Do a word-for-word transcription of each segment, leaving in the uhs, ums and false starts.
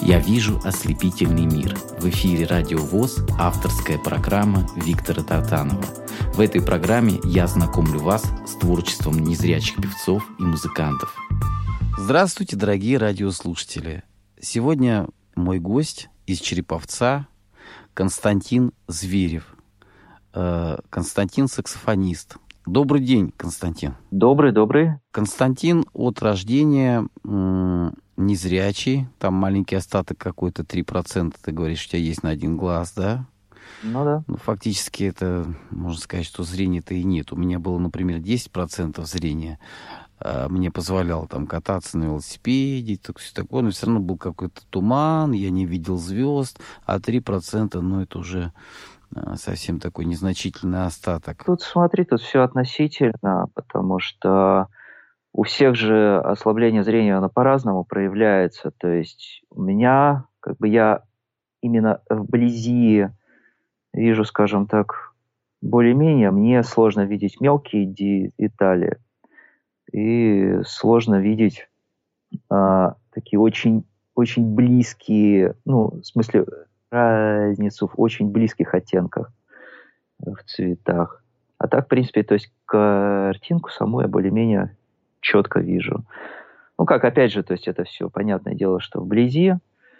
Я вижу ослепительный мир. В эфире Радио ВОС авторская программа Виктора Тартанова. В этой программе я знакомлю вас с творчеством незрячих певцов и музыкантов. Здравствуйте, дорогие радиослушатели. Сегодня мой гость из Череповца Константин Зверев. Константин саксофонист. Добрый день, Константин. Добрый, добрый. Константин от рождения м- незрячий. Там маленький остаток какой-то, три процента, ты говоришь, у тебя есть на один глаз, да? Ну да. Ну, фактически это, можно сказать, что зрения-то и нет. У меня было, например, десять процентов зрения. Мне позволяло там кататься на велосипеде, так, все такое, но все равно был какой-то туман, я не видел звезд, а три процента, ну, это уже совсем такой незначительный остаток. Тут смотри, тут все относительно, потому что у всех же ослабление зрения, оно по-разному проявляется. То есть у меня, как бы я именно вблизи вижу, скажем так, более-менее, мне сложно видеть мелкие детали. И сложно видеть а, такие очень, очень близкие, ну, в смысле, разницу в очень близких оттенках в цветах. А так, в принципе, то есть картинку саму я более-менее четко вижу. Ну, как, опять же, то есть это все понятное дело, что вблизи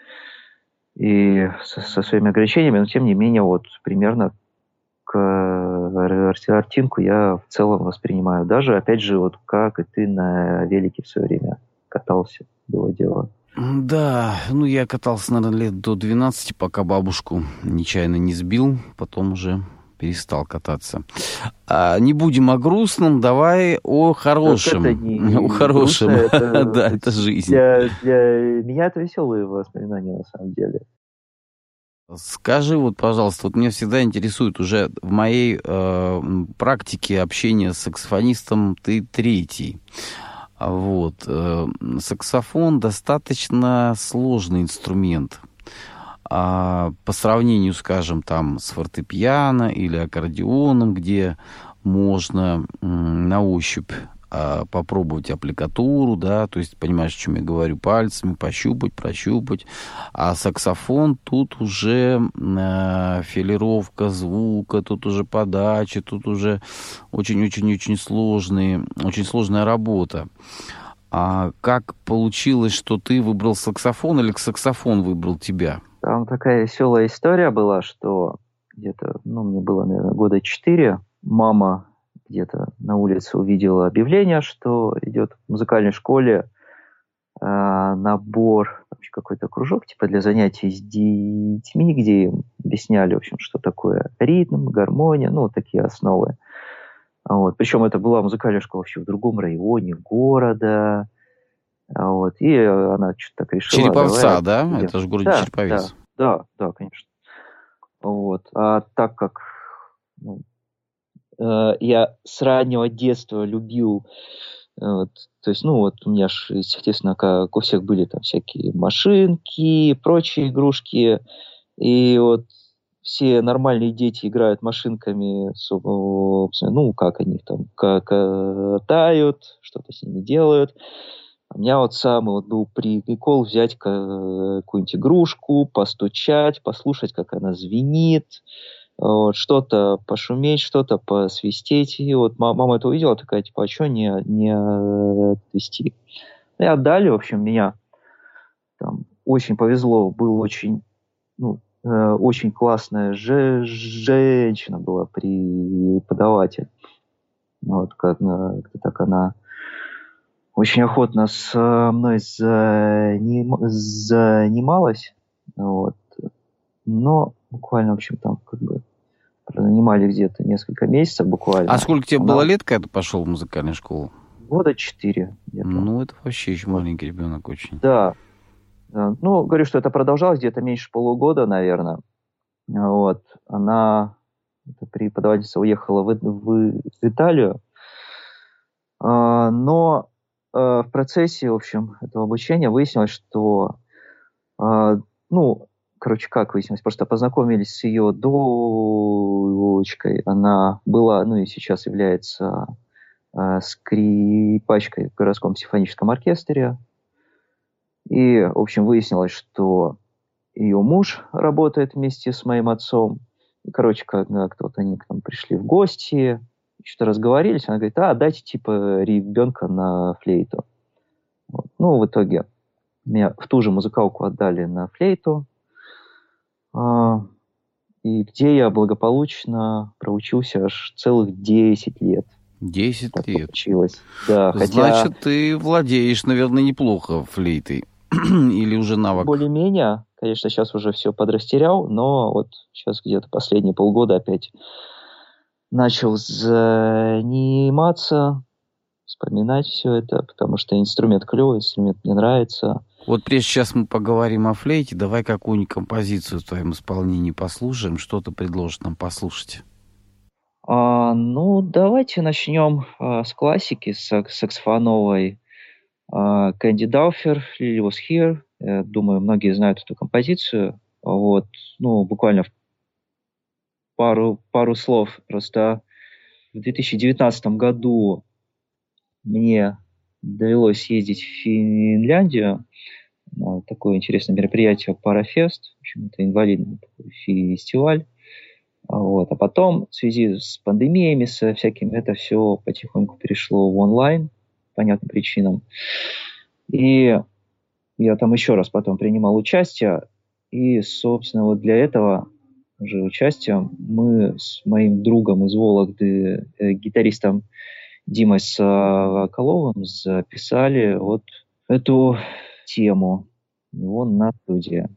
и со, со своими ограничениями, но тем не менее, вот примерно картинку я в целом воспринимаю. Даже, опять же, вот как и ты на велике в свое время катался, было дело. Да, ну я катался, наверное, лет до двенадцати, пока бабушку нечаянно не сбил, потом уже перестал кататься. А, не будем о грустном, давай о хорошем. Это не, о хорошем, это, да, это жизнь. Для, для меня это веселые воспоминания на самом деле. Скажи вот, пожалуйста, вот меня всегда интересует уже в моей э, практике общения с саксофонистом ты третий. Вот. Э, саксофон достаточно сложный инструмент. А по сравнению, скажем, там с фортепиано или аккордеоном, где можно м, на ощупь а, попробовать аппликатуру, да, то есть, понимаешь, о чем я говорю, пальцами пощупать, прощупать. А саксофон тут уже э, филировка звука, тут уже подача, тут уже очень-очень-очень сложные, очень сложная работа. А как получилось, что ты выбрал саксофон или саксофон выбрал тебя? Там такая веселая история была, что где-то, ну, мне было, наверное, года четыре, мама где-то на улице увидела объявление, что идет в музыкальной школе э, набор, вообще какой-то кружок, типа для занятий с детьми, где им объясняли, в общем, что такое ритм, гармония, ну, вот такие основы. Вот. Причем это была музыкальная школа вообще в другом районе города. Вот. И она что-то так решила. Череповца, да? Будем... Это же город да, Череповец. Да, да, да, конечно. Вот. А так как ну, э, я с раннего детства любил, э, вот, то есть, ну, вот у меня же, естественно, как у всех были там всякие машинки, прочие игрушки, и вот все нормальные дети играют машинками, ну, как они там катают, что-то с ними делают. У меня вот самый вот был прикол взять какую-нибудь игрушку, постучать, послушать, как она звенит, вот, что-то пошуметь, что-то посвистеть. И вот мама это увидела, такая, типа, а что не, не отвести? И отдали, в общем, меня там очень повезло, был очень, ну, э, очень классная же, женщина была преподаватель. Вот, как, как так она очень охотно со мной заним... занималась, вот. Но буквально, в общем, там как бы занимали где-то несколько месяцев буквально. А сколько тебе Она... было лет, когда ты пошел в музыкальную школу? Года четыре где-то. Ну, это вообще еще маленький ребенок очень. Да. да. Ну, говорю, что это продолжалось где-то меньше полугода, наверное. Вот. Она, эта преподавательница, уехала в, в Италию. А, но в процессе, в общем, этого обучения выяснилось, что, э, ну, короче, как выяснилось, просто познакомились с ее дочкой, она была, ну и сейчас является э, скрипачкой в городском симфоническом оркестре, И, в общем, выяснилось, что ее муж работает вместе с моим отцом. И, короче, когда кто-то они к нам пришли в гости, что-то разговорились, она говорит, а, дайте, типа, ребенка на флейту. Вот. Ну, в итоге меня в ту же музыкалку отдали на флейту, а, и где я благополучно проучился аж целых десять лет. Десять Так лет. Получилось. Да, хотя... Значит, ты владеешь, наверное, неплохо флейтой. Или уже навык? Более-менее. Конечно, сейчас уже все подрастерял, но вот сейчас где-то последние полгода опять начал заниматься, вспоминать все это, потому что инструмент клевый, инструмент мне нравится. Вот прежде сейчас мы поговорим о флейте, давай какую-нибудь композицию в твоем исполнении послушаем. Что ты предложишь нам послушать? А, ну, давайте начнем а, с классики, с саксофоновой. Uh, Candy Dulfer, Lily Was Here. Я думаю, многие знают эту композицию. Вот. Ну, буквально пару, пару слов. Просто в две тысячи девятнадцатом году мне довелось ездить в Финляндию на такое интересное мероприятие Парафест. В общем, это инвалидный такой фестиваль. Вот. А потом в связи с пандемиями, со всякими, это все потихоньку перешло в онлайн. Понятным причинам. И я там еще раз потом принимал участие. И, собственно, вот для этого уже участия мы с моим другом из Вологды, э, гитаристом Димой Соколовым, записали вот эту тему. Его на студии.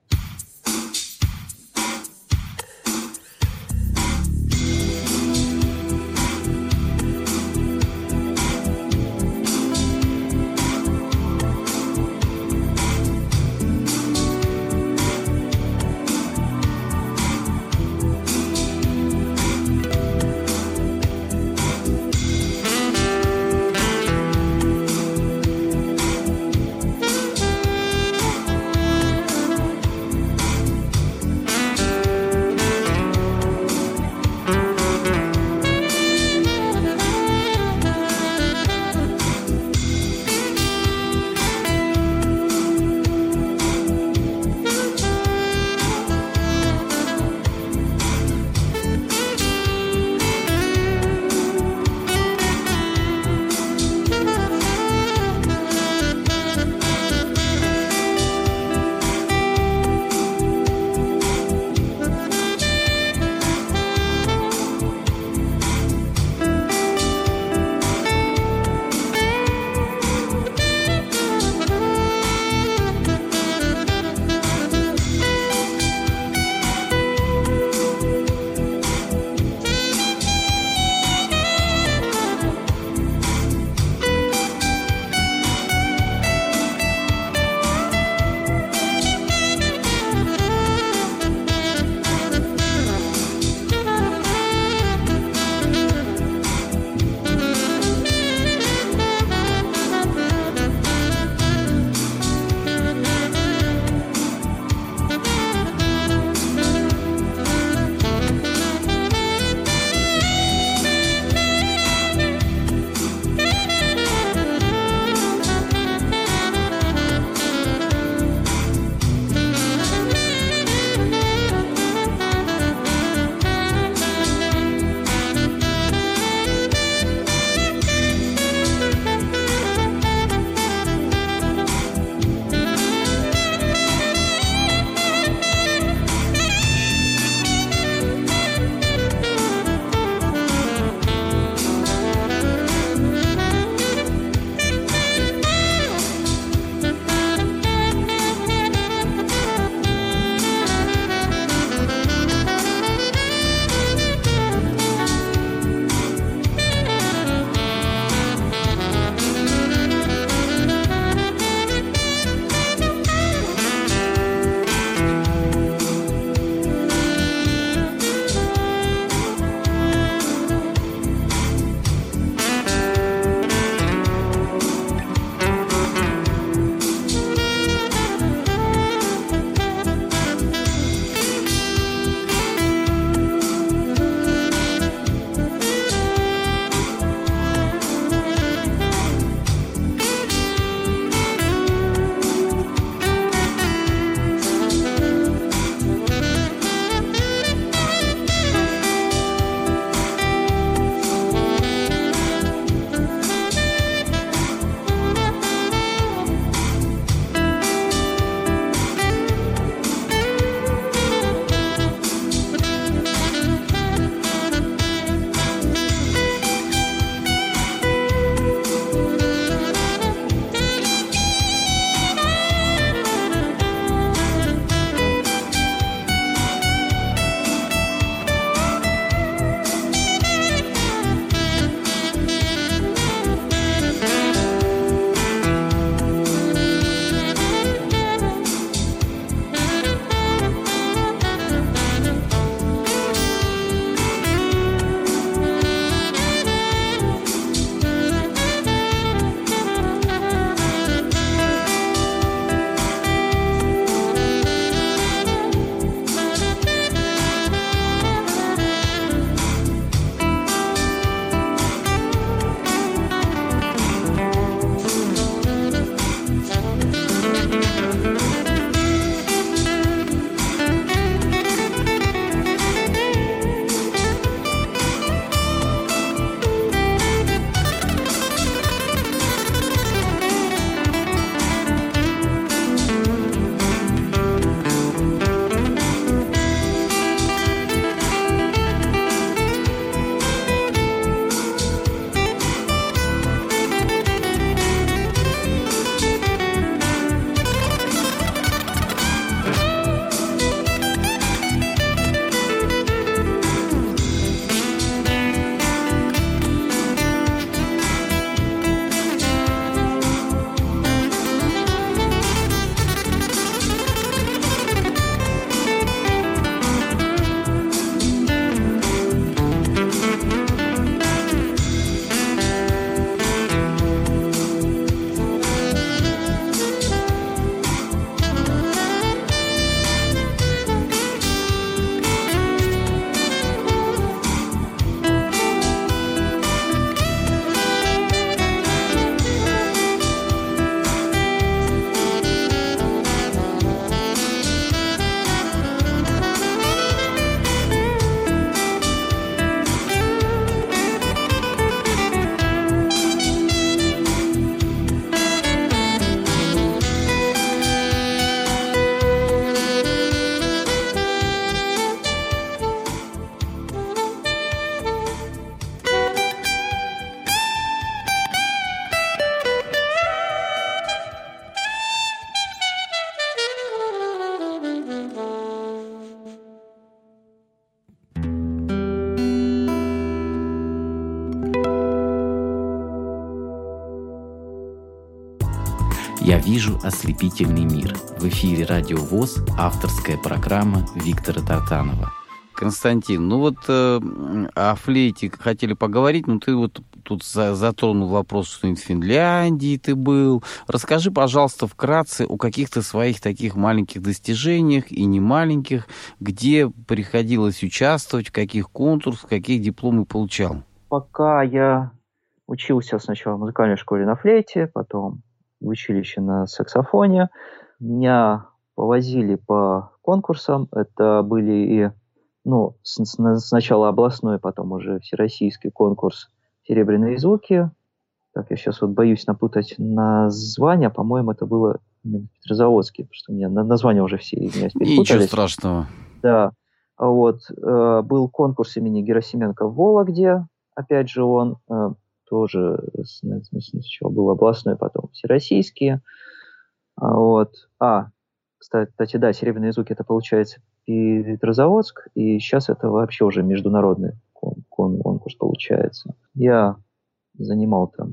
«Я вижу ослепительный мир». В эфире «Радио ВОС», авторская программа Виктора Тартанова. Константин, ну вот э, о флейте хотели поговорить, но ты вот тут за, затронул вопрос, что в Финляндии ты был. Расскажи, пожалуйста, вкратце о каких-то своих таких маленьких достижениях и не маленьких, где приходилось участвовать, в каких конкурсах, какие дипломы получал. Пока я учился сначала в музыкальной школе на флейте, потом в училище на саксофоне, меня повозили по конкурсам. Это были и Ну, сначала областной, потом уже всероссийский конкурс «Серебряные звуки». Так, я сейчас вот боюсь напутать название. По-моему, это было именно Петрозаводский, потому что у меня названия уже все из меня перепутались. Ничего страшного. Да. Вот. Э, был конкурс имени Герасименко в Вологде. Опять же, он э, тоже сначала был областной, потом всероссийский. Вот. А, кстати, да, «Серебряные звуки» это получается Петрозаводск, и сейчас это вообще уже международный кон- кон- конкурс получается. Я занимал там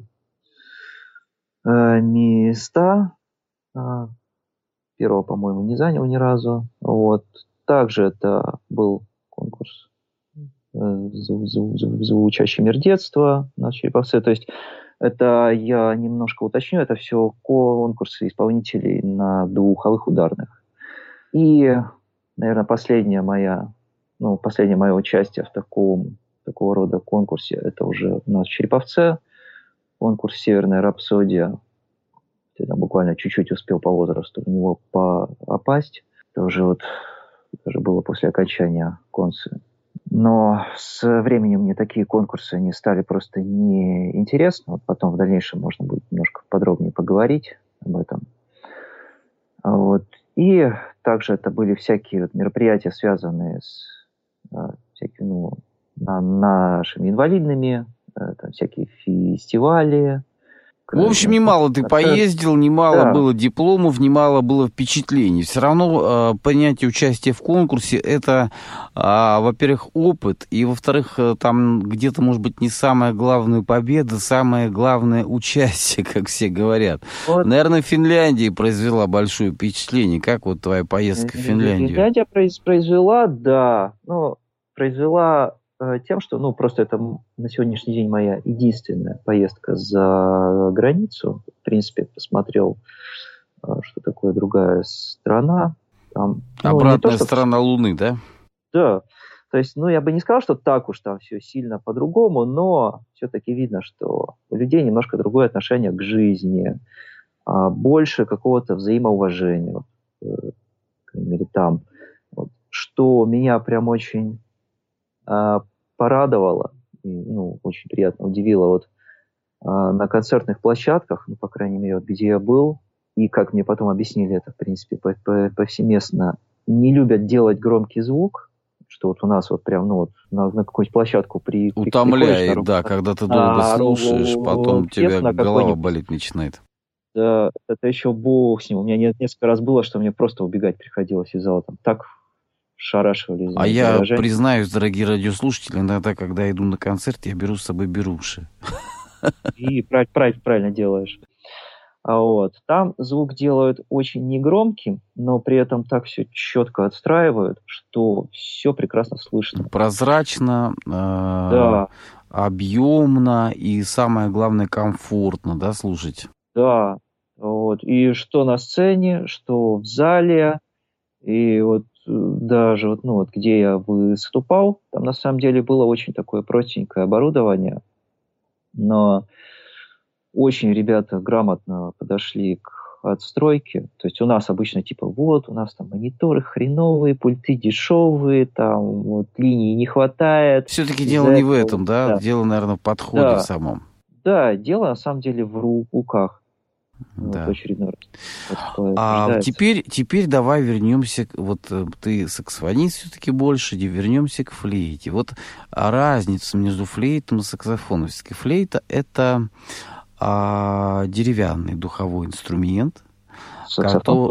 э, места, э, первого, по-моему, не занял ни разу. Вот. Также это был конкурс э, зву- зву- зву- «Звучащий мир детства» на Череповце. То есть это, я немножко уточню, это все конкурсы исполнителей на духовых ударных. И наверное, последняя моя, ну, последнее мое участие в таком, такого рода конкурсе, это уже у нас в Череповце, конкурс «Северная рапсодия». Я там буквально чуть-чуть успел по возрасту в него попасть. Это уже вот, это уже было после окончания концы. Но с временем мне такие конкурсы не стали просто неинтересны. Вот потом в дальнейшем можно будет немножко подробнее поговорить об этом. Вот. И также это были всякие вот мероприятия, связанные с э, всякими, ну, на, нашими инвалидными, э, там всякие фестивали. В общем, немало ты поездил, немало да. было дипломов, немало было впечатлений. Все равно э, принятие участия в конкурсе – это, э, во-первых, опыт, и, во-вторых, э, там где-то, может быть, не самая главная победа, самое главное участие, как все говорят. Вот. Наверное, Финляндия произвела большое впечатление. Как вот твоя поездка в Финляндию? Финляндия произвела, да, ну, произвела... тем, что, ну, просто это на сегодняшний день моя единственная поездка за границу. В принципе, посмотрел, что такое другая страна. Там, ну, обратная то, что... сторона Луны, да? Да. То есть, ну, я бы не сказал, что так уж там все сильно по-другому, но все-таки видно, что у людей немножко другое отношение к жизни, больше какого-то взаимоуважения. Вот, по крайней мере, там. Вот. Что меня прям очень... порадовало, и, ну, очень приятно удивило. Вот а, на концертных площадках, ну, по крайней мере, вот, где я был, и как мне потом объяснили это, в принципе, повсеместно, не любят делать громкий звук, что вот у нас вот прям, ну, вот на, на какую-нибудь площадку при, утомляет, при, да, когда ты долго а, слушаешь, потом у тебя голова болеть начинает. Да, это еще бог с ним. У меня несколько раз было, что мне просто убегать приходилось из зала. Там так шарашивали. А я выражение. Признаюсь, дорогие радиослушатели, иногда, когда иду на концерт, я беру с собой беруши. И правильно, правильно делаешь. А вот. Там звук делают очень негромким, но при этом так все четко отстраивают, что все прекрасно слышно. Прозрачно, э, да. объемно и, самое главное, комфортно, да, слушать? Да. Вот. И что на сцене, что в зале, и вот даже вот, ну, вот где я выступал, там на самом деле было очень такое простенькое оборудование, но очень ребята грамотно подошли к отстройке. То есть у нас обычно типа вот, у нас там мониторы хреновые, пульты дешевые, там вот линий не хватает. Все-таки дело не в этом, да? да? Дело, наверное, в подходе да. в самом. Да, дело на самом деле в руках. Да. Вот, очередной раз. А теперь, теперь давай вернемся, вот ты саксофонист все-таки больше, вернемся к флейте. Вот разница между флейтом и саксофоном. Все-таки флейта — это а, деревянный духовой инструмент. Саксофон который, тоже.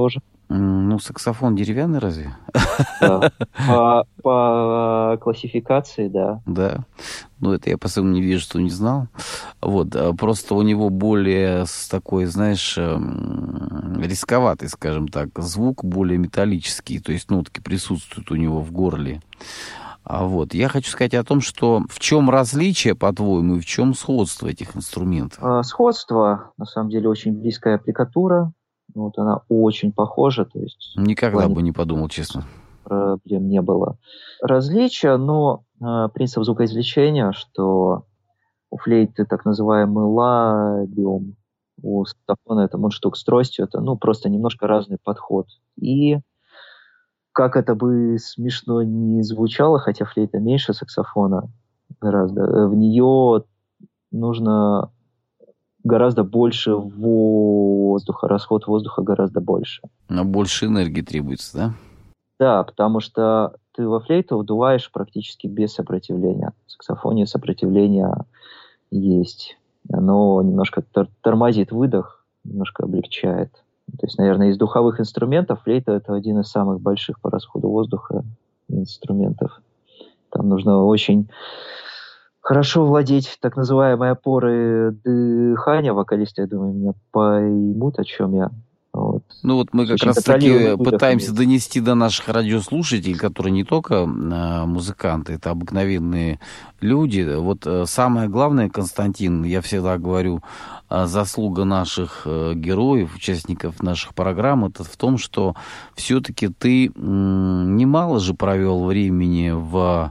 Ну, саксофон деревянный разве? Да. По, по классификации, да. Да. Ну, это я по-своему не вижу, что не знал. Вот. Просто у него более с такой, знаешь, рисковатый, скажем так, звук, более металлический. То есть нотки присутствуют у него в горле. А вот. Я хочу сказать о том, что в чем различие, по-твоему, и в чем сходство этих инструментов? А, сходство, на самом деле, очень близкая аппликатура. Вот она очень похожа. То есть, Никогда плане... бы не подумал, честно. Проблем не было. Различия, но э, принцип звукоизвлечения, что у флейты так называемый лабиум, у саксофона это мундштук с тростью, это ну, просто немножко разный подход. И как это бы смешно не звучало, хотя флейта меньше саксофона гораздо, в нее нужно гораздо больше воздуха, расход воздуха гораздо больше. Но больше энергии требуется, да? Да, потому что ты во флейту вдуваешь практически без сопротивления. В саксофоне сопротивление есть. Оно немножко тор- тормозит выдох, немножко облегчает. То есть, наверное, из духовых инструментов флейта это один из самых больших по расходу воздуха инструментов. Там нужно очень хорошо владеть так называемой опорой дыхания. Вокалисты, я думаю, меня поймут, о чем я. Вот. Ну вот мы как раз таки пытаемся донести до наших радиослушателей, которые не только э, музыканты, это обыкновенные люди. Вот э, самое главное, Константин, я всегда говорю, э, заслуга наших э, героев, участников наших программ, это в том, что все-таки ты э, немало же провел времени в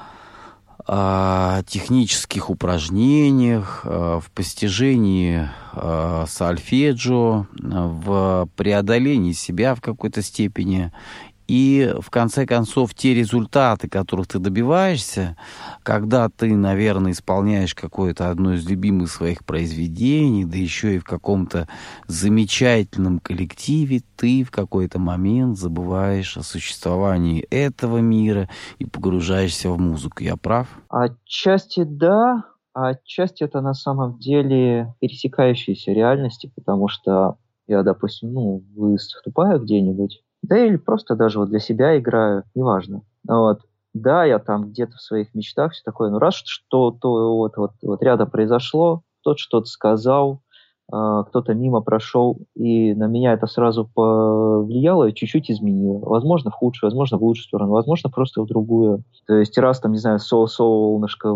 технических упражнениях, в постижении сольфеджио, в преодолении себя в какой-то степени. И, в конце концов, те результаты, которых ты добиваешься, когда ты, наверное, исполняешь какое-то одно из любимых своих произведений, да еще и в каком-то замечательном коллективе, ты в какой-то момент забываешь о существовании этого мира и погружаешься в музыку. Я прав? Отчасти да, а отчасти это на самом деле пересекающиеся реальности, потому что я, допустим, ну, выступаю где-нибудь, да или просто даже вот для себя играю, неважно. Вот. Да, я там где-то в своих мечтах все такое, ну раз что-то вот, вот, вот рядом произошло, кто-то что-то сказал, э, кто-то мимо прошел, и на меня это сразу повлияло и чуть-чуть изменило. Возможно, в худшую, возможно, в лучшую сторону, возможно, просто в другую. То есть раз там, не знаю, сол солнышко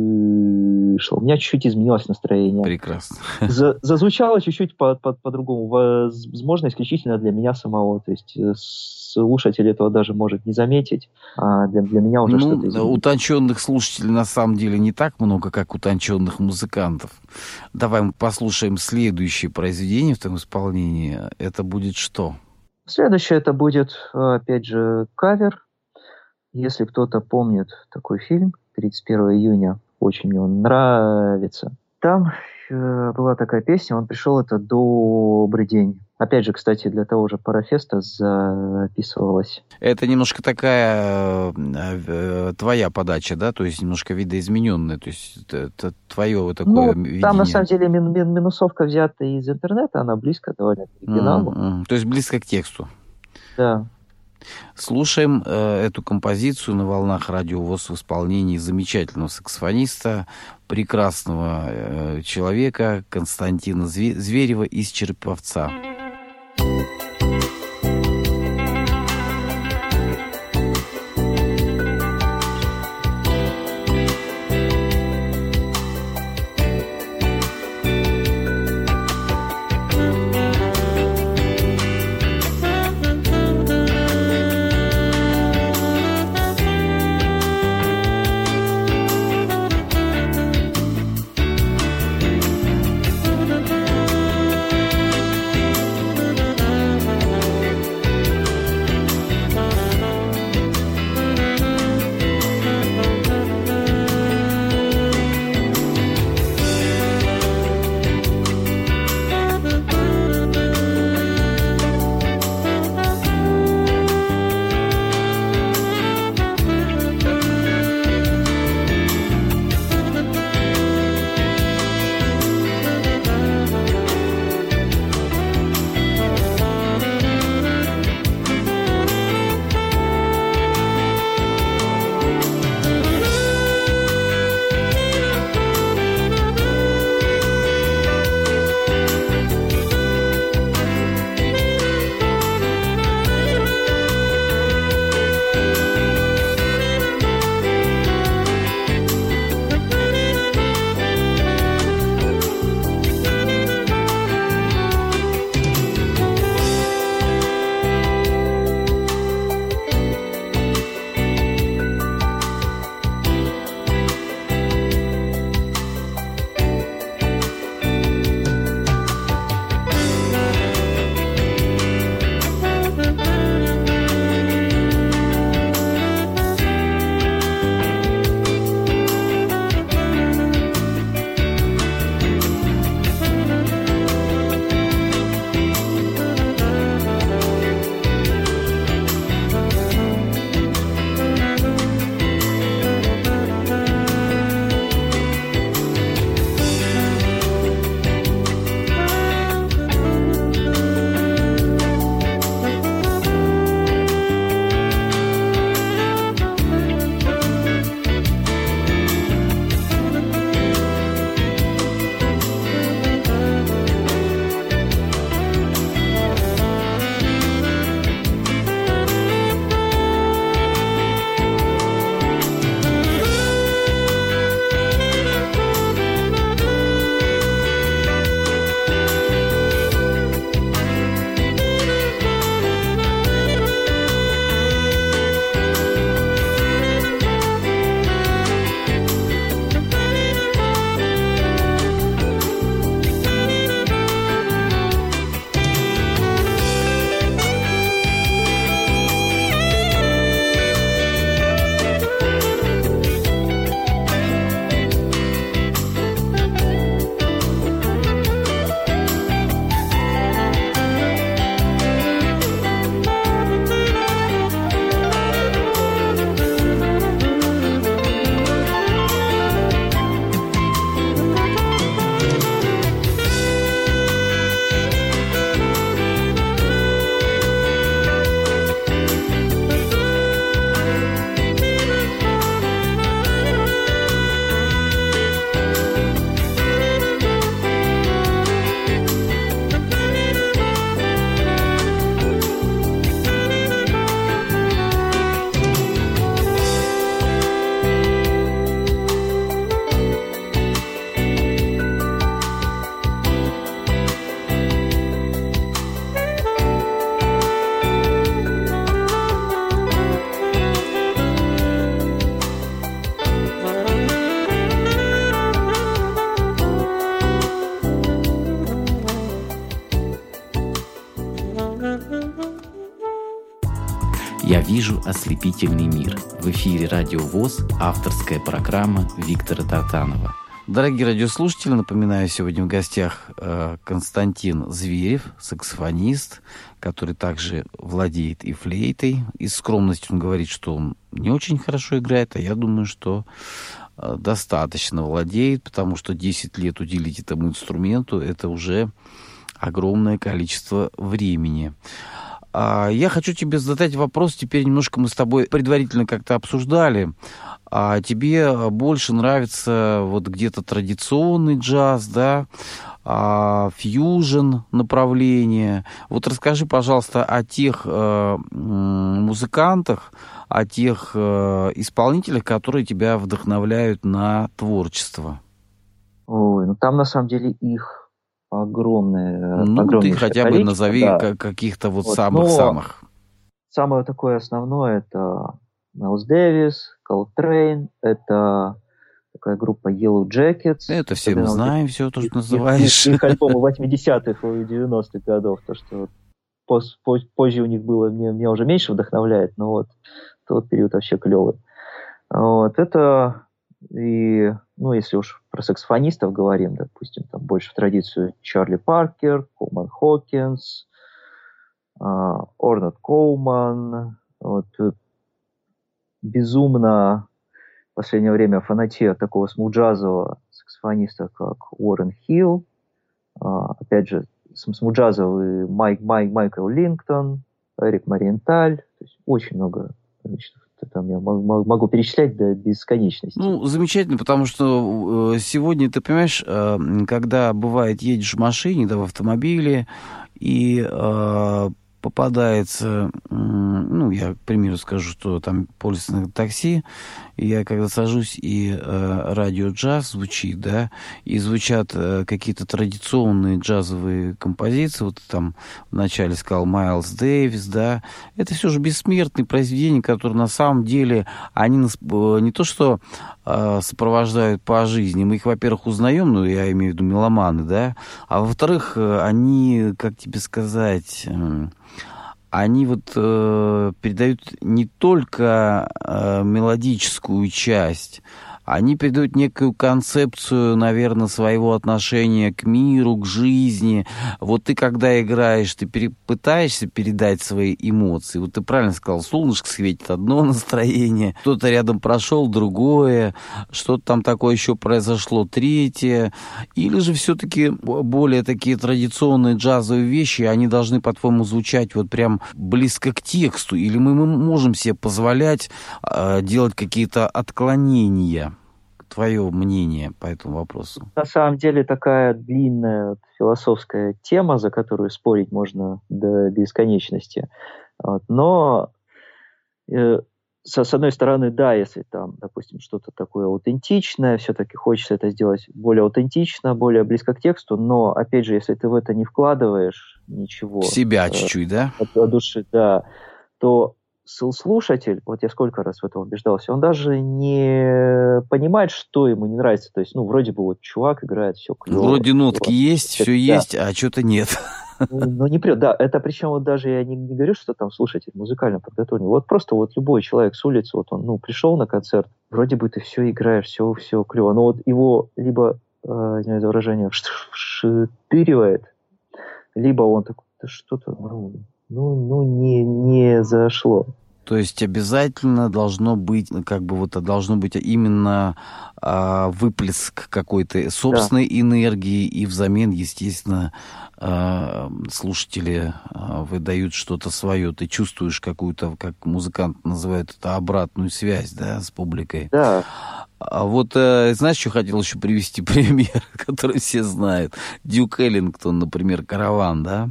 вышло, у меня чуть-чуть изменилось настроение. Прекрасно. За, зазвучало чуть-чуть по, по, по-другому. Возможно, исключительно для меня самого. То есть слушатель этого даже может не заметить, а для, для меня уже ну, что-то изменилось. Утонченных слушателей на самом деле не так много, как утонченных музыкантов. Давай мы послушаем следующее произведение в том исполнении. Это будет что? Следующее это будет, опять же, кавер. Если кто-то помнит такой фильм тридцать первого июня, очень мне он нравится. Там э, была такая песня, он пришел, это «Добрый день». Опять же, кстати, для того же Парафеста записывалась. Это немножко такая э, э, твоя подача, да? То есть немножко видоизмененная, то есть это твое такое ну, видение. Там, на самом деле, мин- мин- минусовка взята из интернета, она близко довольно к оригиналу. Mm-hmm. То есть близко к тексту. Да. Слушаем э, эту композицию на волнах Радио ВОС в исполнении замечательного саксофониста, прекрасного э, человека Константина Зверева из Череповца. «Я вижу ослепительный мир». В эфире «Радио ВОС», авторская программа Виктора Тартанова. Дорогие радиослушатели, напоминаю, сегодня в гостях э, Константин Зверев, саксофонист, который также владеет и флейтой. Из скромности он говорит, что он не очень хорошо играет, а я думаю, что э, достаточно владеет, потому что десять лет уделить этому инструменту – это уже огромное количество времени. Я хочу тебе задать вопрос, теперь немножко мы с тобой предварительно как-то обсуждали. А тебе больше нравится вот где-то традиционный джаз, да, а, фьюжн направление. Вот расскажи, пожалуйста, о тех э, музыкантах, о тех э, исполнителях, которые тебя вдохновляют на творчество. Ой, ну там на самом деле их огромное, ну, огромное ты хотя бы назови да. каких-то вот, вот самых-самых. Самое такое основное – это Майлз Дэвис, Колтрейн, это такая группа Yellow Jackets. Это все мы знаем, их, все то, что называешь. Их, их альбомы восьмидесятых и девяностых годов, то, что поз, поз, позже у них было, мне, меня уже меньше вдохновляет, но вот тот период вообще клевый. Вот, это... И, ну, если уж про саксофонистов говорим, допустим, там больше в традицию Чарли Паркер, Колман Хокинс, Орнет Коуман. Вот, безумно в последнее время фанатею такого смут-джазового саксофониста, как Уоррен Хилл. Опять же, смут-джазовый Майк, Майк, Майкл Лингтон, Эрик Мариенталь. То есть очень много, значит, там я могу, могу перечислять до бесконечности. Ну, замечательно, потому что сегодня, ты понимаешь, когда бывает едешь в машине, да, в автомобиле, и э, попадается, ну, я, к примеру, скажу, что там пользуюсь на такси, и я когда сажусь, и э, радио-джаз звучит, да, и звучат э, какие-то традиционные джазовые композиции, вот там вначале сказал Майлз Дэвис, да, это все же бессмертные произведения, которые на самом деле, они нас, не то что э, сопровождают по жизни, мы их, во-первых, узнаем, ну, я имею в виду меломаны, да, а во-вторых, они, как тебе сказать... Э, они вот э, передают не только э, мелодическую часть, они передают некую концепцию, наверное, своего отношения к миру, к жизни. Вот ты, когда играешь, ты пере, пытаешься передать свои эмоции. Вот ты правильно сказал, солнышко светит, одно настроение, кто-то рядом прошел, другое, что-то там такое еще произошло, третье. Или же все-таки более такие традиционные джазовые вещи, они должны, по-твоему, звучать вот прям близко к тексту? Или мы, мы можем себе позволять э, делать какие-то отклонения? Твое мнение по этому вопросу? На самом деле такая длинная философская тема, за которую спорить можно до бесконечности. Вот. Но э, с, с одной стороны, да, если там, допустим, что-то такое аутентичное, все-таки хочется это сделать более аутентично, более близко к тексту, но, опять же, если ты в это не вкладываешь ничего... Себя э, чуть-чуть, да? От, от души, да, то... слушатель, вот я сколько раз в этом убеждался, он даже не понимает, что ему не нравится. То есть, ну, вроде бы вот чувак играет, все клево. Вроде нотки клево. Есть, все да. есть, а что-то нет. Ну, ну не прет, да. Это причем вот даже я не, не говорю, что там слушатель музыкально подготовлен. Вот просто вот любой человек с улицы, вот он, ну, пришел на концерт, вроде бы ты все играешь, все, все клево. Но вот его либо, э, не знаю, выражение, штыривает, либо он такой, да что-то, ну, ну, ну не, не зашло. То есть обязательно должно быть, как бы вот должно быть именно э, выплеск какой-то собственной да. энергии, и взамен, естественно, э, слушатели э, выдают что-то свое. Ты чувствуешь какую-то, как музыкант называет это, обратную связь, да, с публикой. Да. А вот, э, знаешь, что хотел еще привести пример, который все знают? Дюк Эллингтон, например, «Караван», да?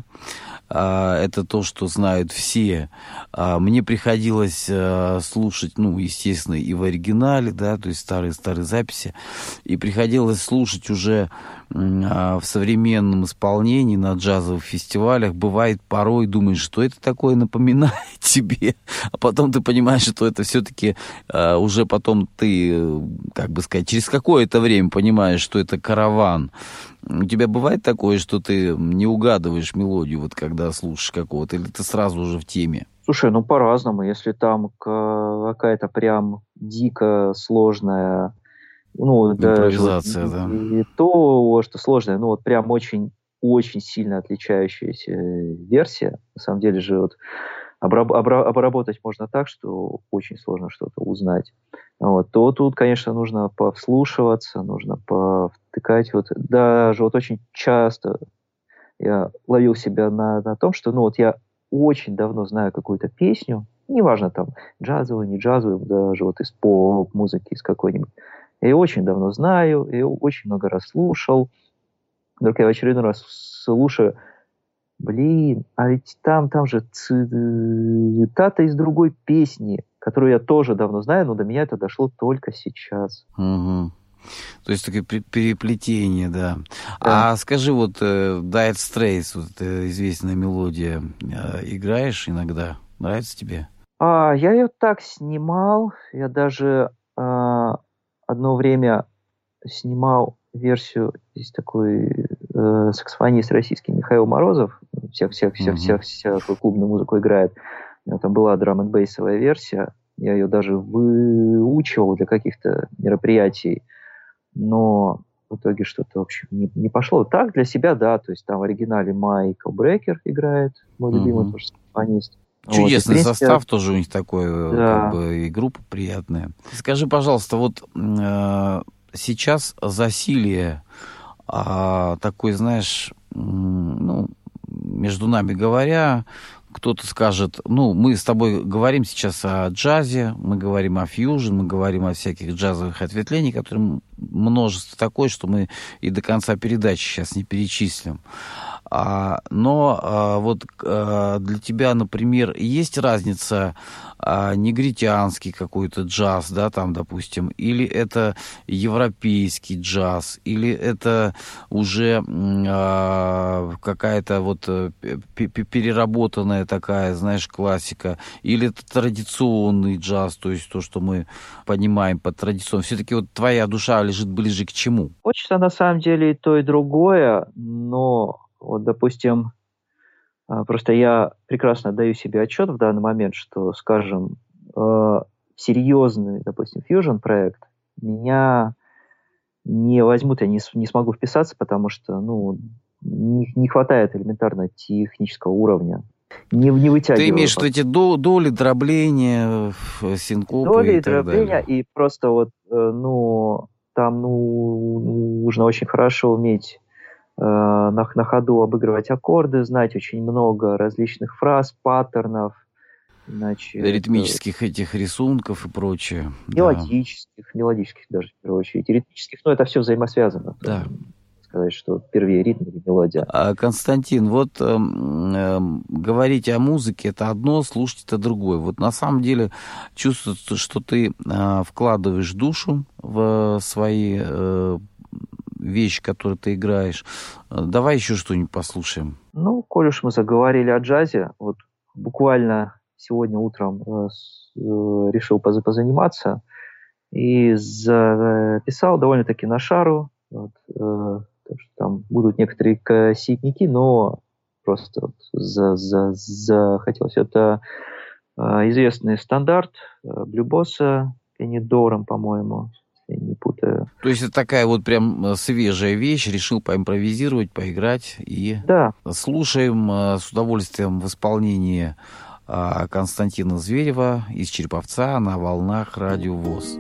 Это то, что знают все. Мне приходилось слушать, ну, естественно, и в оригинале, да, то есть старые-старые записи, и приходилось слушать уже в современном исполнении на джазовых фестивалях. Бывает порой, думаешь, что это такое напоминает тебе, а потом ты понимаешь, что это все-таки уже потом ты, как бы сказать, через какое-то время понимаешь, что это «Караван». У тебя бывает такое, что ты не угадываешь мелодию, вот когда слушаешь какого-то, или ты сразу уже в теме? Слушай, ну по-разному. Если там какая-то прям дико сложная, ну даже вот Импровизация, да. не то, что сложное, ну вот прям очень, очень сильно отличающаяся версия. На самом деле же вот обраб- обра- обработать можно так, что очень сложно что-то узнать. Вот. То тут, конечно, нужно повслушиваться, нужно повтыкать. Вот даже вот очень часто я ловил себя на, на том, что, ну, вот я очень давно знаю какую-то песню, неважно там, джазовую, не джазовую, даже вот из поп-музыки, из какой-нибудь. Я ее очень давно знаю, я ее очень много раз слушал. Только я в очередной раз слушаю, блин, а ведь там, там же цитата из другой песни, которую я тоже давно знаю, но до меня это дошло только сейчас. Угу. То есть такое переплетение, да. Да. А скажи, вот uh, Dire Straits, вот эта известная мелодия, uh, играешь иногда? Нравится тебе? А, я ее так снимал. Я даже а, одно время снимал версию, есть такой э, саксофонист российский Михаил Морозов, всех всех всех всех всякую клубную музыку играет. У него там была драм-н-бейсовая версия. Я ее даже выучивал для каких-то мероприятий. Но в итоге что-то, в общем, не, не пошло. Так, для себя, да, то есть там в оригинале Майкл Брекер играет, мой любимый Угу. тоже саксофонист. Чудесный вот, и, принципе, состав тоже у них такой, да. как бы, и группа приятная. Скажи, пожалуйста, вот э, сейчас засилие э, такой, знаешь, э, ну, между нами говоря, кто-то скажет, ну, мы с тобой говорим сейчас о джазе, мы говорим о фьюжн, мы говорим о всяких джазовых ответвлениях, которые множество такое, что мы и до конца передачи сейчас не перечислим. А, но а, вот а, для тебя, например, есть разница а, негритянский какой-то джаз, да, там, допустим, или это европейский джаз, или это уже а, какая-то вот переработанная такая, знаешь, классика, или это традиционный джаз, то есть то, что мы понимаем под традиционным. Все-таки вот твоя душа лежит ближе к чему? Хочется на самом деле и то, и другое, но вот, допустим, просто я прекрасно даю себе отчет в данный момент, что, скажем, серьезный, допустим, фьюжн-проект меня не возьмут, я не, не смогу вписаться, потому что, ну, не, не хватает элементарно технического уровня. Не, не вытягиваю. Ты имеешь в виду эти до, доли, дробления, синкопы доли, и так дробления, далее? И просто вот, ну, там, ну, нужно очень хорошо уметь э, на, на ходу обыгрывать аккорды, знать очень много различных фраз, паттернов. Иначе ритмических это... этих рисунков и прочее. Мелодических, да. мелодических даже, в первую очередь. И ритмических, но это все взаимосвязано. Да. Сказать, что первее ритм или мелодия. А, Константин, вот э, э, говорить о музыке это одно, слушать это другое. Вот на самом деле чувствуется, что ты э, вкладываешь душу в свои э, вещи, которые ты играешь. Давай еще что-нибудь послушаем. Ну, коль уж мы заговорили о джазе, вот буквально сегодня утром э, э, решил позаниматься и записал довольно-таки на шару. Вот, э, там будут некоторые косяки, но просто вот за, за, захотелось. Это э, известный стандарт э, блюбосса, Пенидором, по-моему, если не путаю. То есть это такая вот прям свежая вещь, решил поимпровизировать, поиграть и да. Слушаем э, с удовольствием в исполнении э, Константина Зверева из Череповца на волнах Радио ВОС.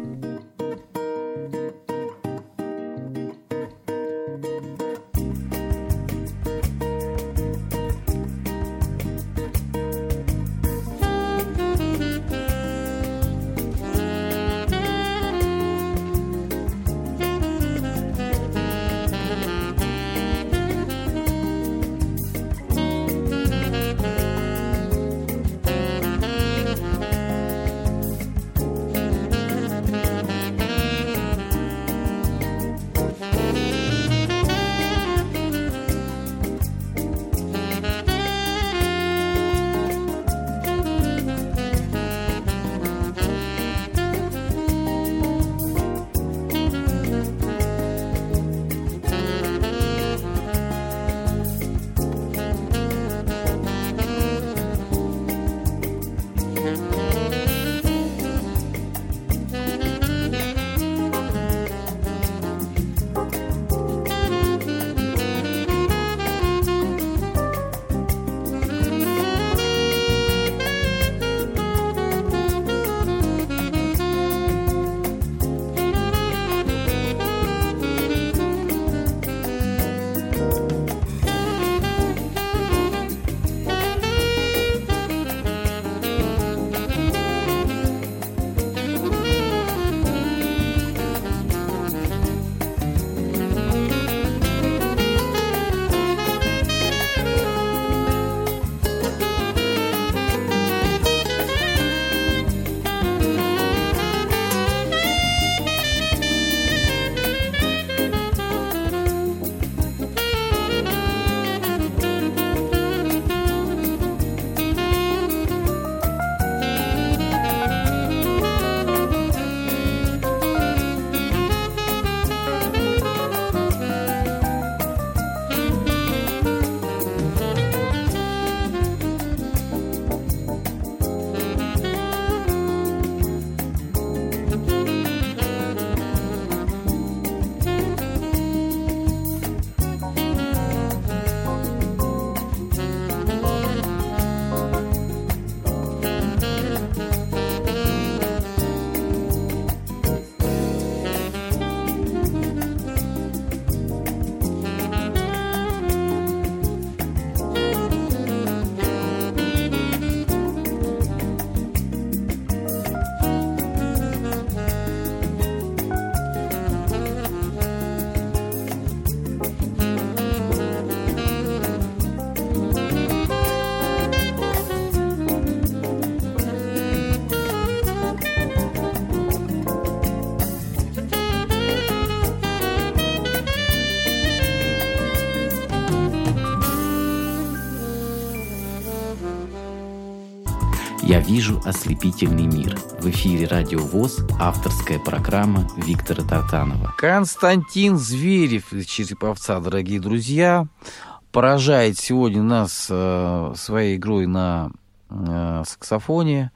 «Я вижу ослепительный мир». В эфире Радио ВОС, авторская программа Виктора Тартанова. Константин Зверев из Череповца, дорогие друзья, поражает сегодня нас э, своей игрой на э, саксофоне.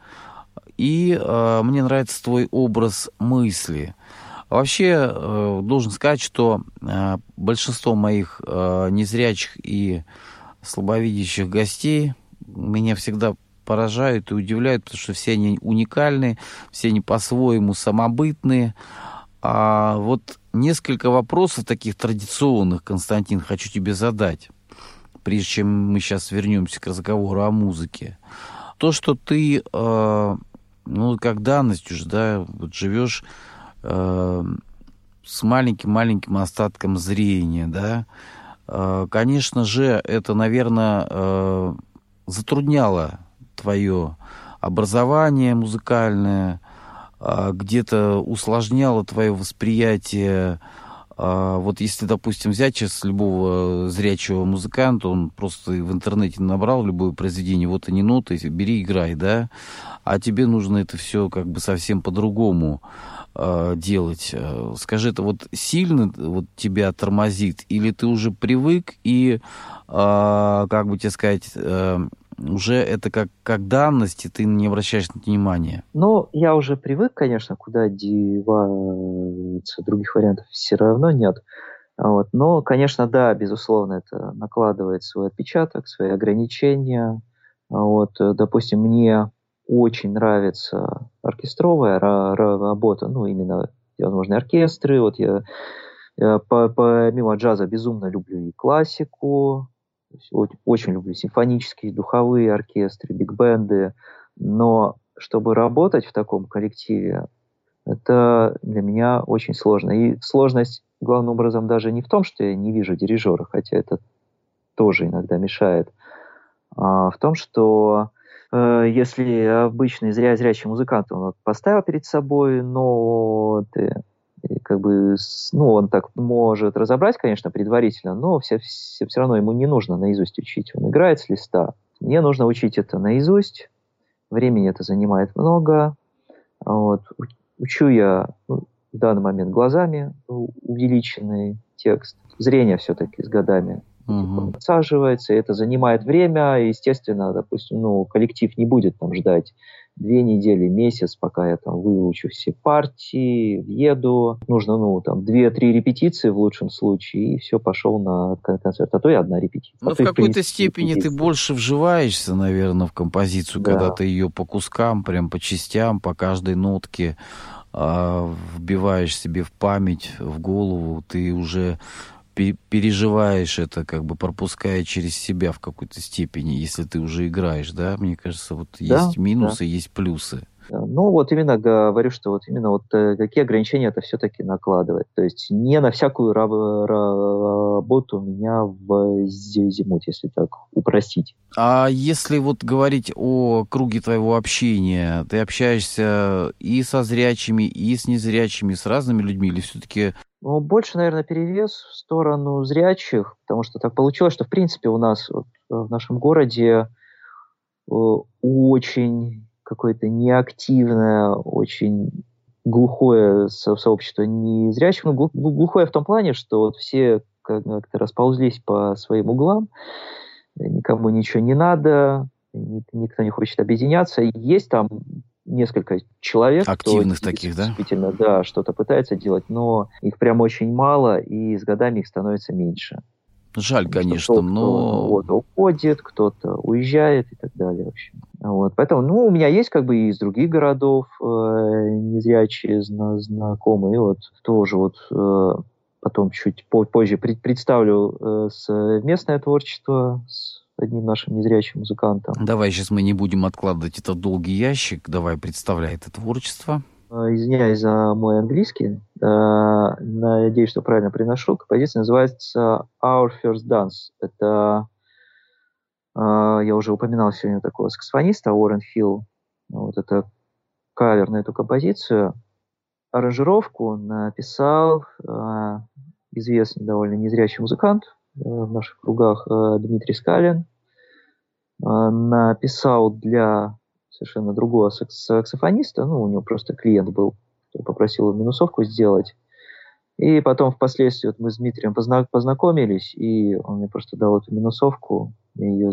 И э, мне нравится твой образ мысли. Вообще, э, должен сказать, что э, большинство моих э, незрячих и слабовидящих гостей меня всегда поражают и удивляют, потому что все они уникальны, все они по-своему самобытные. А вот несколько вопросов таких традиционных, Константин, хочу тебе задать, прежде чем мы сейчас вернемся к разговору о музыке. То, что ты, э, ну, как данность уже, да, вот живешь э, с маленьким-маленьким остатком зрения, да, э, конечно же, это, наверное, э, затрудняло твое образование музыкальное, где-то усложняло твое восприятие. Вот если, допустим, взять сейчас любого зрячего музыканта, он просто в интернете набрал любое произведение, вот они ноты, бери, играй, да, а тебе нужно это все как бы совсем по-другому делать. Скажи, это вот сильно вот тебя тормозит, или ты уже привык и, как бы тебе сказать, уже это как, как данность, и ты не обращаешь на это внимания? Ну, я уже привык, конечно, куда деваться, других вариантов все равно нет. Вот. Но, конечно, да, безусловно, это накладывает свой отпечаток, свои ограничения. Вот. Допустим, мне очень нравится оркестровая работа, ну, именно всевозможные оркестры. Вот я, я помимо джаза безумно люблю и классику, очень люблю симфонические, духовые оркестры, биг-бенды, но чтобы работать в таком коллективе, это для меня очень сложно. И сложность, главным образом, даже не в том, что я не вижу дирижера, хотя это тоже иногда мешает, а в том, что э, если обычный зря зрячий музыкант, он вот поставил перед собой ноты, и как бы, ну, он так может разобрать, конечно, предварительно, но все, все, все равно ему не нужно наизусть учить. Он играет с листа. Мне нужно учить это наизусть. Времени это занимает много. Вот. Учу я, ну, в данный момент глазами увеличенный текст. Зрение все-таки с годами uh-huh. подсаживается, и это занимает время. Естественно, допустим, ну, коллектив не будет там ждать две недели, месяц, пока я там выучу все партии, въеду. Нужно, ну, там, две-три репетиции в лучшем случае, и все, пошел на концерт. А то и одна репетиция. Ну, а в то и, какой-то принципе, степени ты репетиция. больше вживаешься, наверное, в композицию, Да. когда ты ее по кускам, прям по частям, по каждой нотке а, вбиваешь себе в память, в голову, ты уже пе- переживаешь это, как бы пропуская через себя в какой-то степени, если ты уже играешь, да? Мне кажется, вот Да, есть да. минусы, есть плюсы. Ну, вот именно говорю, что вот именно вот э, какие ограничения это все-таки накладывает. То есть не на всякую раб- работу меня возьмут, если так упростить. А если вот говорить о круге твоего общения, ты общаешься и со зрячими, и с незрячими, с разными людьми, или все-таки... Ну, больше, наверное, перевес в сторону зрячих, потому что так получилось, что, в принципе, у нас вот, в нашем городе э, очень какое-то неактивное, очень глухое со- сообщество незрячих. Ну, глу- глухое в том плане, что вот все как- как-то расползлись по своим углам, никому ничего не надо, ни- никто не хочет объединяться. Есть там несколько человек, Активных кто таких, да? действительно, да, что-то пытается делать, но их прям очень мало, и с годами их становится меньше. Жаль, Потому что конечно, кто-то, ну, но... вот, уходит, кто-то уезжает и так далее. В общем. Вот. Поэтому, ну, у меня есть как бы и из других городов э, незрячие зна- знакомые. И вот тоже вот э, потом чуть по- позже пред- представлю э, совместное творчество с одним нашим незрячим музыкантом. Давай сейчас мы не будем откладывать это в долгий ящик. Давай, представляй это творчество. Извиняюсь за мой английский. Э, Надеюсь, что правильно приношу. Композиция называется Our First Dance. Это, э, я уже упоминал сегодня такого саксофониста Уоррен Хилл. Вот это кавер на эту композицию. Аранжировку написал э, известный довольно незрячий музыкант э, в наших кругах э, Дмитрий Скалин. Э, написал для совершенно другого сакс- саксофониста, ну, у него просто клиент был, который попросил его минусовку сделать. И потом впоследствии вот мы с Дмитрием позна- познакомились, и он мне просто дал эту минусовку, я ее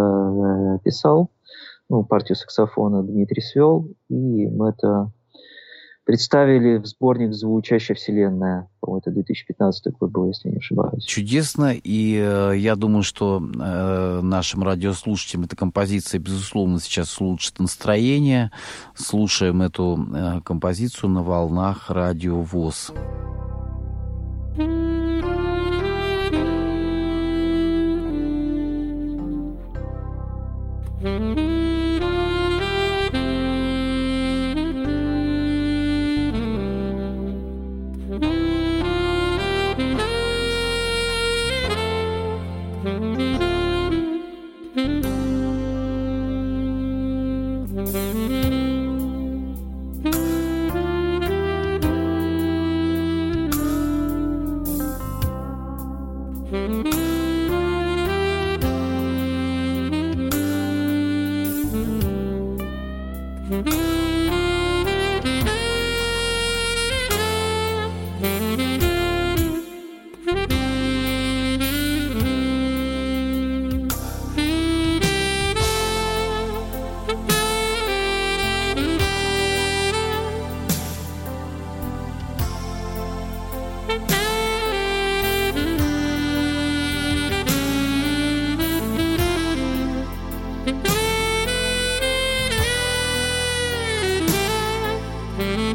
записал, ну, партию саксофона Дмитрий свел, и мы это представили в сборник «Звучащая вселенная». По-моему, это две тысячи пятнадцатый год был, если не ошибаюсь. Чудесно, и э, я думаю, что э, нашим радиослушателям эта композиция, безусловно, сейчас улучшит настроение. Слушаем эту э, композицию на волнах Радио ВОС. Mm-hmm.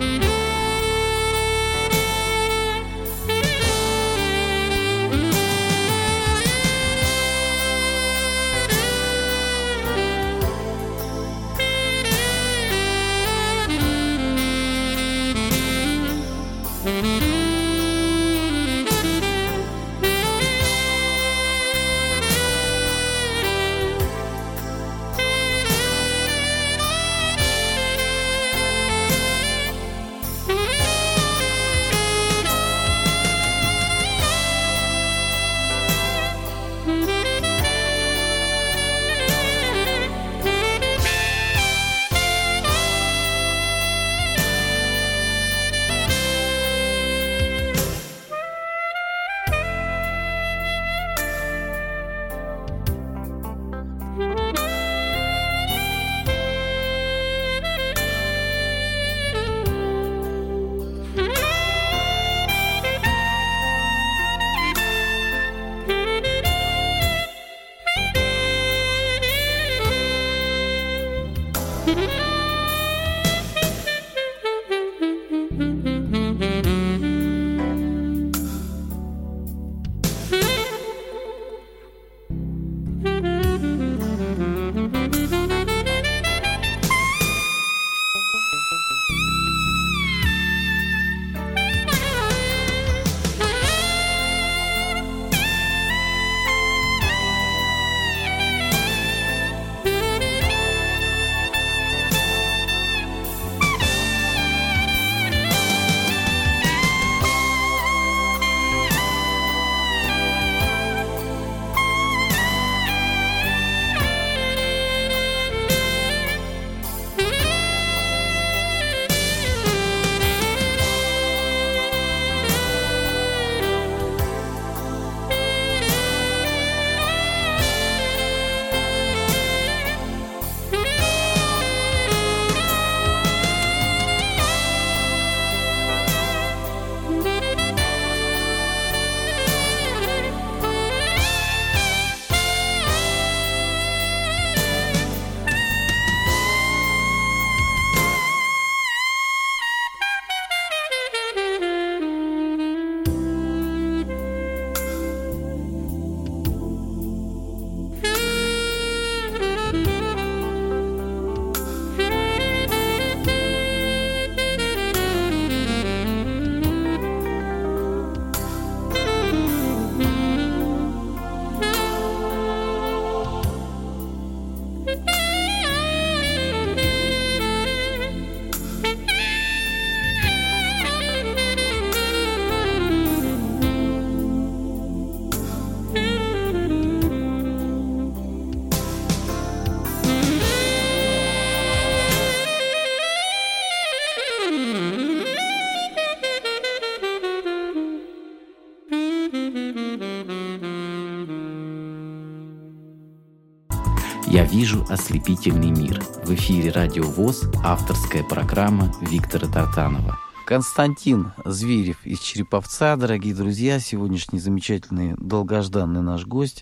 Я вижу ослепительный мир. В эфире Радио ВОС, авторская программа Виктора Тартанова. Константин Зверев из Череповца, дорогие друзья, сегодняшний замечательный, долгожданный наш гость.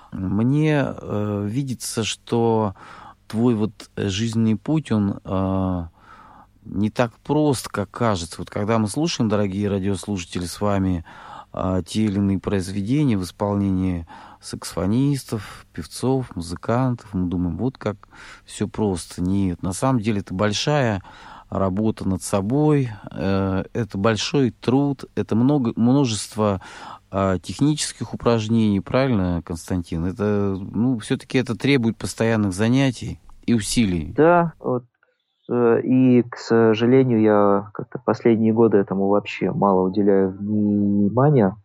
Мне э, видится, что твой вот жизненный путь, он э, не так прост, как кажется. Вот когда мы слушаем, дорогие радиослушатели, с вами э, те или иные произведения в исполнении саксофонистов, певцов, музыкантов, мы думаем, вот как все просто. Нет, на самом деле это большая работа над собой, э, это большой труд, это много, множество э, технических упражнений, правильно, Константин? Это, ну, все-таки это требует постоянных занятий и усилий. Да, вот, э, и, к сожалению, я как-то последние годы этому вообще мало уделяю внимания.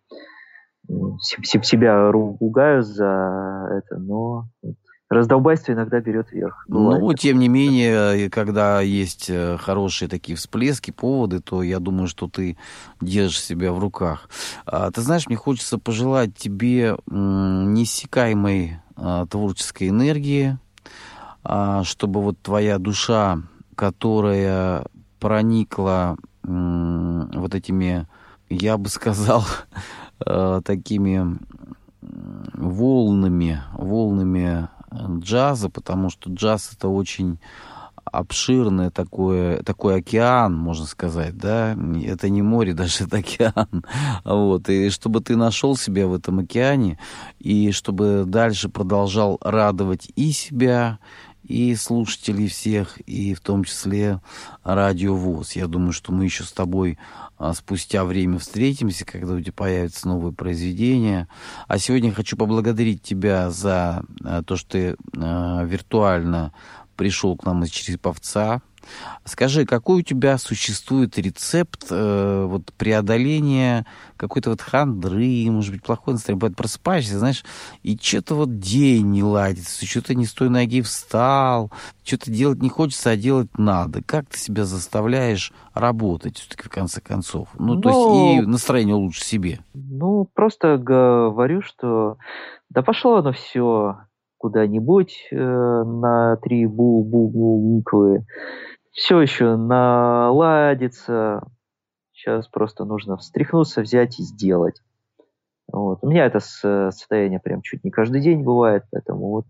Себя ругаю за это, но раздолбайство иногда берет верх. Бывает. Ну, тем не менее, когда есть хорошие такие всплески, поводы, то я думаю, что ты держишь себя в руках. Ты знаешь, мне хочется пожелать тебе неиссякаемой творческой энергии, чтобы вот твоя душа, которая проникла вот этими, я бы сказал, такими волнами, волнами джаза, потому что джаз — это очень обширное такое, такой океан, можно сказать, да, это не море, даже это океан, вот, и чтобы ты нашел себя в этом океане, и чтобы дальше продолжал радовать и себя, и слушателей всех, и в том числе Радио ВОС. Я думаю, что мы еще с тобой а, спустя время встретимся, когда у тебя появятся новые произведения. А сегодня я хочу поблагодарить тебя за а, то, что ты а, виртуально пришел к нам из Череповца. Скажи, какой у тебя существует рецепт э, вот, преодоления какой-то вот хандры, может быть, плохое настроение, бывает, просыпаешься, знаешь, и что-то вот день не ладится, что-то не с той ноги встал, что-то делать не хочется, а делать надо. Как ты себя заставляешь работать все-таки в конце концов? Ну, ну, то есть и настроение лучше себе. Ну, просто говорю, что да пошло оно все куда-нибудь э, на три буквы. Все еще наладится. Сейчас просто нужно встряхнуться, взять и сделать. Вот. У меня это состояние прям чуть не каждый день бывает, поэтому вот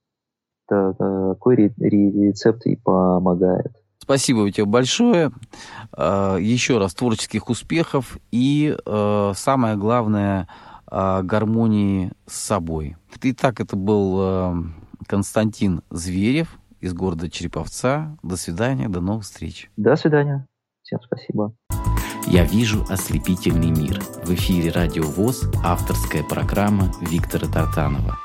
такой рецепт и помогает. Спасибо тебе большое. Еще раз творческих успехов и, самое главное, гармонии с собой. Итак, это был Константин Зверев из города Череповца. До свидания, до новых встреч. До свидания. Всем спасибо. «Я вижу ослепительный мир». В эфире Радио ВОС, авторская программа Виктора Тартанова.